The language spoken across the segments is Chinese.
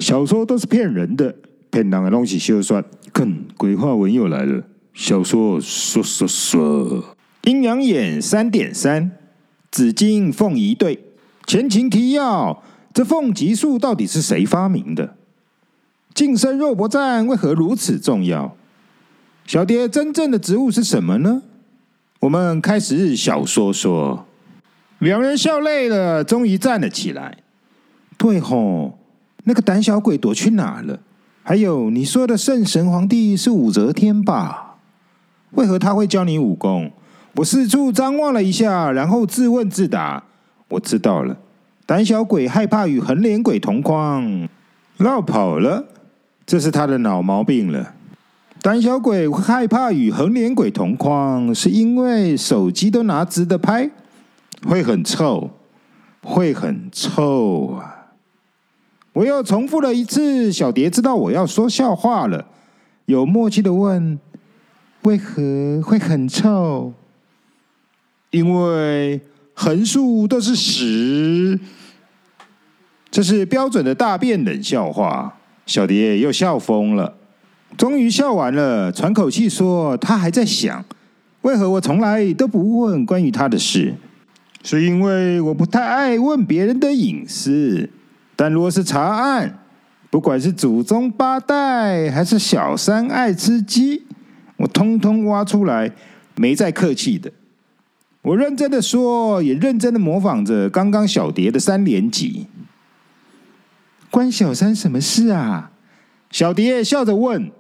小说都是骗人的，骗人的东西小说。看，鬼话文又来了。小说说。阴阳眼3.3，紫金凤仪对。前情提要：这凤极术到底是谁发明的？近身肉搏战为何如此重要？小蝶真正的职务是什么呢？我们开始小说说。两人笑累了，终于站了起来。对吼，那个胆小鬼躲去哪了？还有你说的圣神皇帝是武则天吧？为何他会教你武功？我四处张望了一下，然后自问自答。我知道了，胆小鬼害怕与横脸鬼同框，绕跑了。这是他的脑毛病了。胆小鬼会害怕与横脸鬼同框，是因为手机都拿直的拍，会很臭，会很臭啊！我又重复了一次，小蝶知道我要说笑话了，有默契的问：为何会很臭？因为横竖都是屎。这是标准的大便冷笑话。小蝶又笑疯了，终于笑完了，喘口气说：他还在想，为何我从来都不问关于他的事？是因为我不太爱问别人的隐私。但若是查案，不管是祖宗八代还是小三爱吃鸡，我通通挖出来，没再客气的。我认真的说，也认真的模仿着刚刚小蝶的3连击。关小三什么事啊？小蝶笑着问。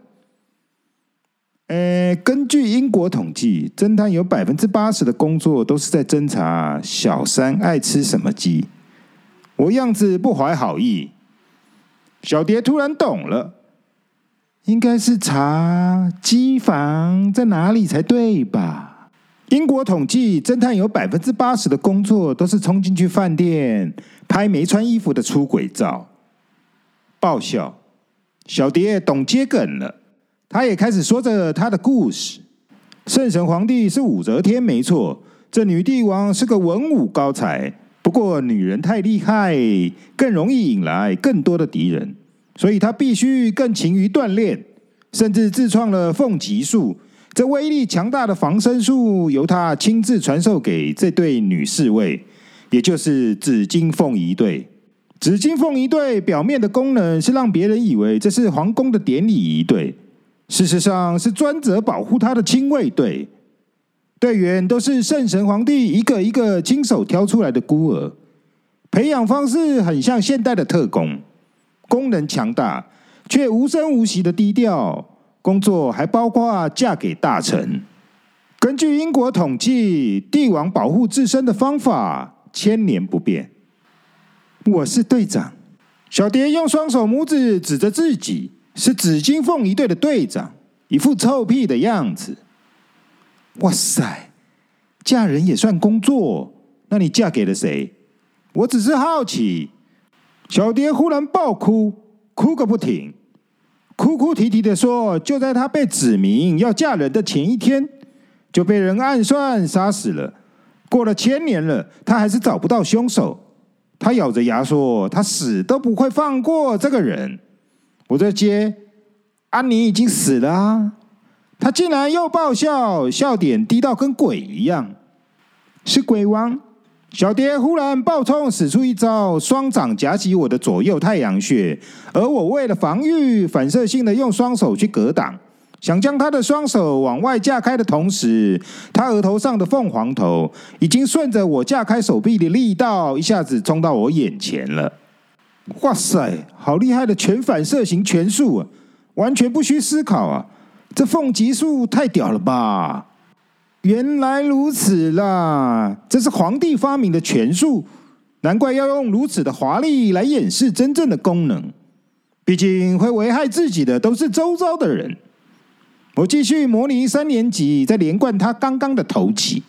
根据英国统计，侦探有80%的工作都是在侦查小三爱吃什么鸡。我样子不怀好意，小蝶突然懂了，应该是查机房在哪里才对吧？英国统计，侦探有80%的工作都是冲进去饭店拍没穿衣服的出轨照。爆笑，小蝶懂接梗了，他也开始说着他的故事。圣神皇帝是武则天没错，这女帝王是个文武高才，不过女人太厉害，更容易引来更多的敌人，所以她必须更勤于锻炼，甚至自创了凤极术。这威力强大的防身术由她亲自传授给这对女侍卫，也就是紫金凤仪队。紫金凤仪队表面的功能是让别人以为这是皇宫的典礼仪队，事实上是专责保护她的亲卫队。队员都是圣神皇帝一个一个亲手挑出来的孤儿，培养方式很像现代的特工，功能强大，却无声无息的低调。工作还包括嫁给大臣。根据英国统计，帝王保护自身的方法1000年不变。我是队长。小蝶用双手拇指指着自己，是紫金凤仪队的队长，一副臭屁的样子。哇塞，嫁人也算工作？那你嫁给了谁？我只是好奇。小蝶忽然爆哭，哭个不停，哭哭啼啼的说，就在她被指明要嫁人的前一天，就被人暗算杀死了。过了1000年了，她还是找不到凶手。她咬着牙说，她死都不会放过这个人。我在接，安妮已经死了啊。他竟然又爆笑，笑点低到跟鬼一样。是鬼王。小蝶忽然暴冲，使出一招，双掌夹起我的左右太阳穴，而我为了防御，反射性的用双手去格挡，想将他的双手往外架开的同时，他额头上的凤凰头已经顺着我架开手臂的力道，一下子冲到我眼前了。哇塞，好厉害的全反射型拳术啊，完全不需思考啊！这凤极术太屌了吧！原来如此啦，这是皇帝发明的拳术，难怪要用如此的华丽来掩饰真正的功能。毕竟会危害自己的都是周遭的人。我继续模拟3连击，再连贯他刚刚的头起。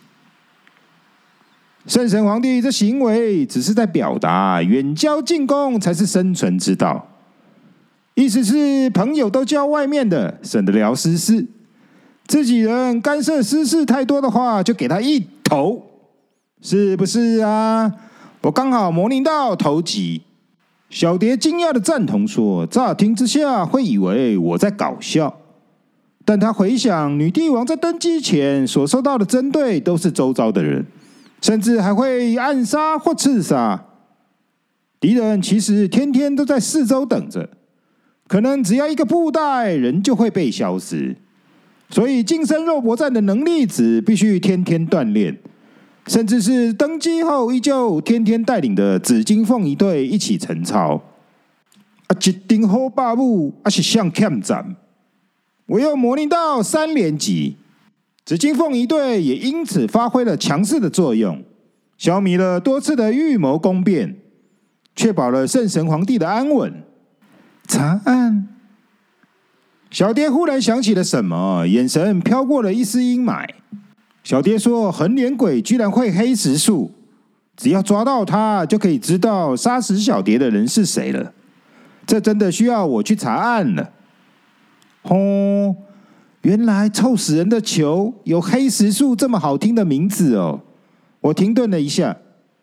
圣神皇帝这行为只是在表达，远交近攻才是生存之道。意思是朋友都叫外面的，省得聊私事；自己人干涉私事太多的话，就给他一头，是不是啊？我刚好模拟到头击。 小蝶惊讶的赞同说：“乍听之下会以为我在搞笑，但他回想女帝王在登基前所受到的针对都是周遭的人，甚至还会暗杀或刺杀。敌人其实天天都在四周等着，可能只要一个布袋，人就会被消失。所以近身肉搏战的能力值必须天天锻炼。”甚至是登基后依旧天天带领的紫金凤仪队一起晨操。一顶好霸舞是像欠战，我又模拟到3连级，紫金凤仪队也因此发挥了强势的作用，消弭了多次的预谋攻变，确保了圣神皇帝的安稳。查案，小蝶忽然想起了什么，眼神飘过了一丝阴霾。小蝶说：“横脸鬼居然会黑石术，只要抓到他，就可以知道杀死小蝶的人是谁了。这真的需要我去查案了。”哦，原来臭死人的球有黑石术这么好听的名字哦！我停顿了一下，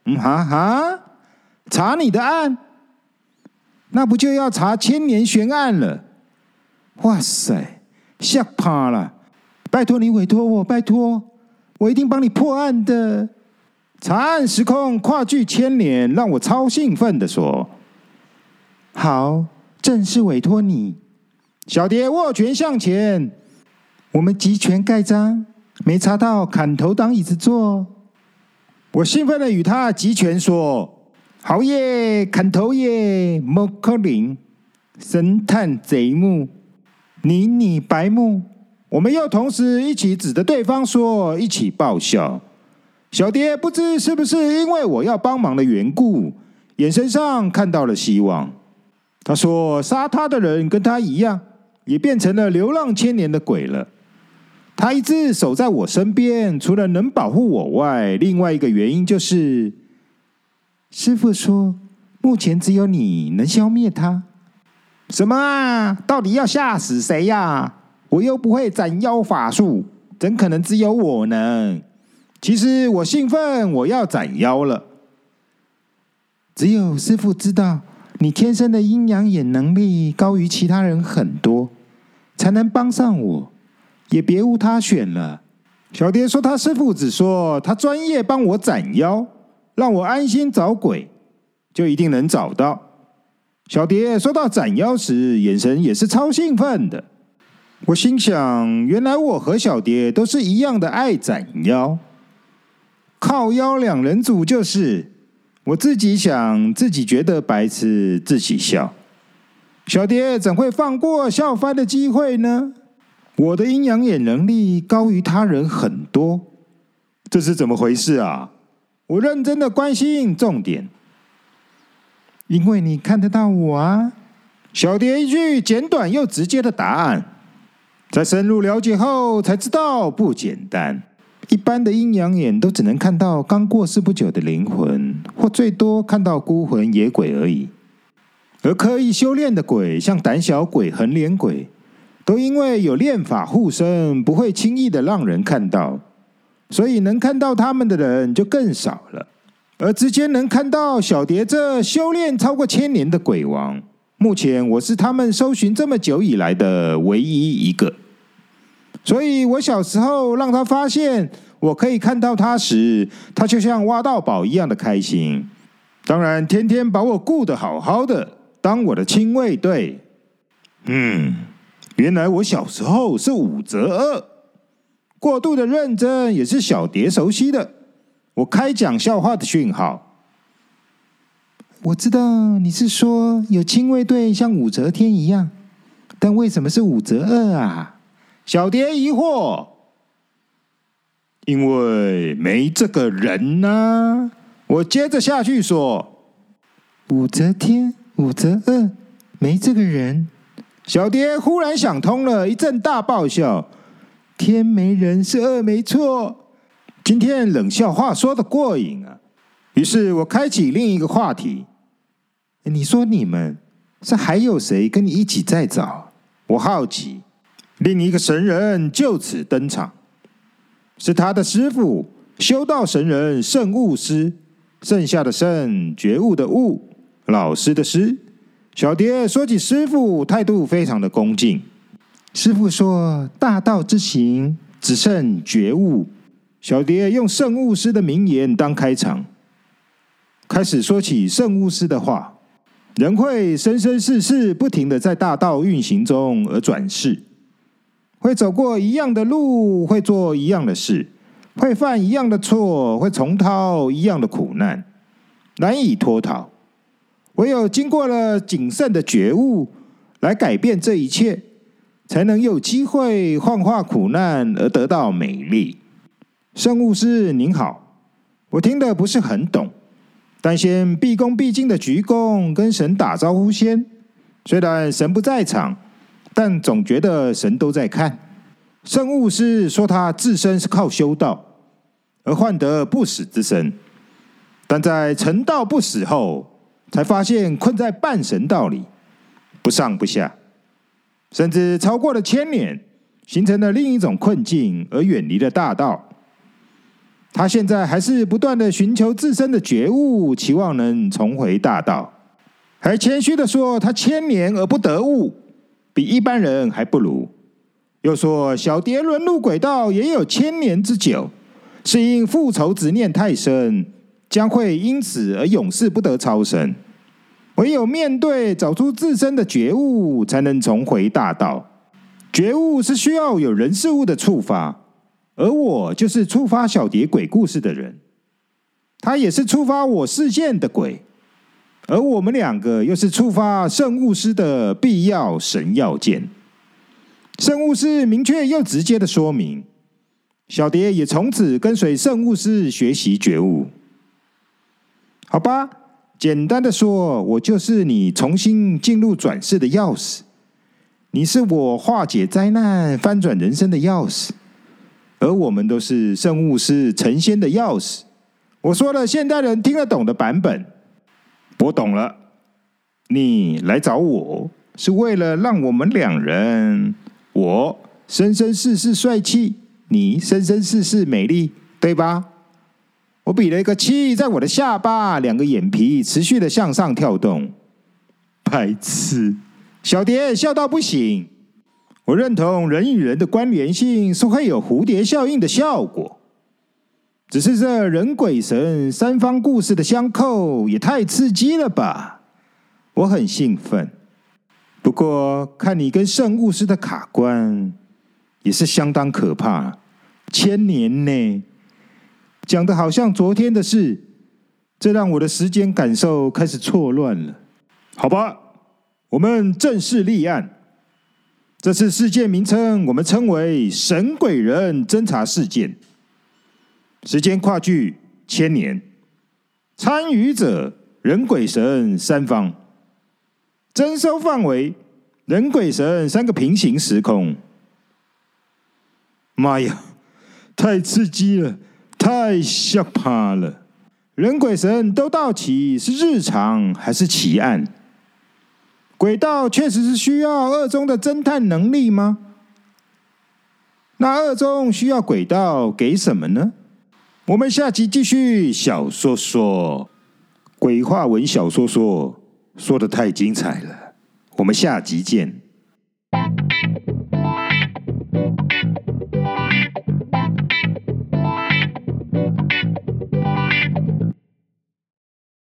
查你的案，那不就要查千年悬案了？哇塞，吓怕了！拜托你委托我，拜托。我一定帮你破案的。查案时空跨距千年，让我超兴奋的说：“好，正式委托你。”小蝶握拳向前，我们集权盖章，没查到砍头当椅子坐。我兴奋的与他集权说：“好耶，砍头耶，莫可能，神探贼目，你白目。”我们又同时一起指着对方说，一起爆笑。小蝶不知是不是因为我要帮忙的缘故，眼神上看到了希望。他说：“杀他的人跟他一样，也变成了流浪千年的鬼了。他一直守在我身边，除了能保护我外，另外一个原因就是，师父说，目前只有你能消灭他。”什么啊？到底要吓死谁呀？我又不会斩妖法术，怎可能只有我能？其实我兴奋，我要斩妖了。只有师父知道，你天生的阴阳眼能力高于其他人很多，才能帮上我，也别无他选了。小蝶说，他师父只说他专业帮我斩妖，让我安心找鬼，就一定能找到。小蝶说到斩妖时，眼神也是超兴奋的。我心想，原来我和小蝶都是一样的爱斩妖，靠腰两人组就是。我自己想，自己觉得白痴，自己笑。小蝶怎会放过笑翻的机会呢？我的阴阳眼能力高于他人很多，这是怎么回事啊？我认真的关心重点，因为你看得到我啊。小蝶一句简短又直接的答案。在深入了解后才知道不简单，一般的阴阳眼都只能看到刚过世不久的灵魂，或最多看到孤魂野鬼而已。而刻意修炼的鬼，像胆小鬼、横脸鬼，都因为有炼法护身，不会轻易的让人看到，所以能看到他们的人就更少了。而直接能看到小蝶这修炼超过1000年的鬼王，目前我是他们搜寻这么久以来的唯一一个，所以我小时候让他发现我可以看到他时，他就像挖到宝一样的开心。当然，天天把我顾得好好的，当我的亲卫队。原来我小时候是武则2，过度的认真也是小蝶熟悉的。我开讲笑话的讯号。我知道你是说有亲卫队像武则天一样，但为什么是武则2啊？小蝶疑惑。因为没这个人啊。我接着下去说，武则天、武则2，没这个人。小蝶忽然想通了，一阵大爆笑。天没人是2没错。今天冷笑话说得过瘾啊。于是我开启另一个话题。你说你们是还有谁跟你一起在找？我好奇。另一个神人就此登场，是他的师父修道神人圣悟师，剩下的圣觉悟的悟， 老师的师。小蝶说起师傅，态度非常的恭敬。师傅说：“大道之行，只剩觉悟。”小蝶用圣悟师的名言当开场，开始说起圣悟师的话。人会生生世世不停的在大道运行中而转世，会走过一样的路，会做一样的事，会犯一样的错，会重蹈一样的苦难，难以脱逃。唯有经过了谨慎的觉悟，来改变这一切，才能有机会幻化苦难而得到美丽。圣悟师您好，我听得不是很懂，但先毕恭毕敬的鞠躬，跟神打招呼先。虽然神不在场，但总觉得神都在看。圣悟师说他自身是靠修道而换得不死之身，但在成道不死后，才发现困在半神道里，不上不下，甚至超过了1000年，形成了另一种困境，而远离了大道。他现在还是不断的寻求自身的觉悟，期望能重回大道，还谦虚的说他1000年而不得悟，比一般人还不如。又说小蝶沦入鬼道也有1000年之久，是因复仇执念太深，将会因此而永世不得超生。唯有面对找出自身的觉悟，才能重回大道。觉悟是需要有人事物的触发，而我就是触发小蝶鬼故事的人，他也是触发我视线的鬼，而我们2个又是触发圣悟师的必要神要件。圣悟师明确又直接的说明，小蝶也从此跟随圣悟师学习觉悟。好吧，简单的说，我就是你重新进入转世的钥匙，你是我化解灾难、翻转人生的钥匙。而我们都是圣悟师成仙的钥匙。我说了现代人听得懂的版本，我懂了。你来找我是为了让我们2人，我生生世世帅气，你生生世世美丽，对吧？我比了一个7在我的下巴，2个眼皮持续的向上跳动。白痴！小蝶笑到不行。我认同人与人的关联性是会有蝴蝶效应的效果，只是这人鬼神3方故事的相扣也太刺激了吧！我很兴奋，不过看你跟圣悟师的卡关也是相当可怕，1000年呢，讲的好像昨天的事，这让我的时间感受开始错乱了。好吧，我们正式立案。这次事件名称我们称为神鬼人侦查事件，时间跨距1000年，参与者人鬼神3方，征收范围人鬼神3个平行时空。妈呀，太刺激了，太吓怕了！人鬼神都到齐，是日常还是奇案？鬼道确实是需要2中的侦探能力吗？那2中需要鬼道给什么呢？我们下集继续小说说，鬼话文小说说，说得太精彩了，我们下集见。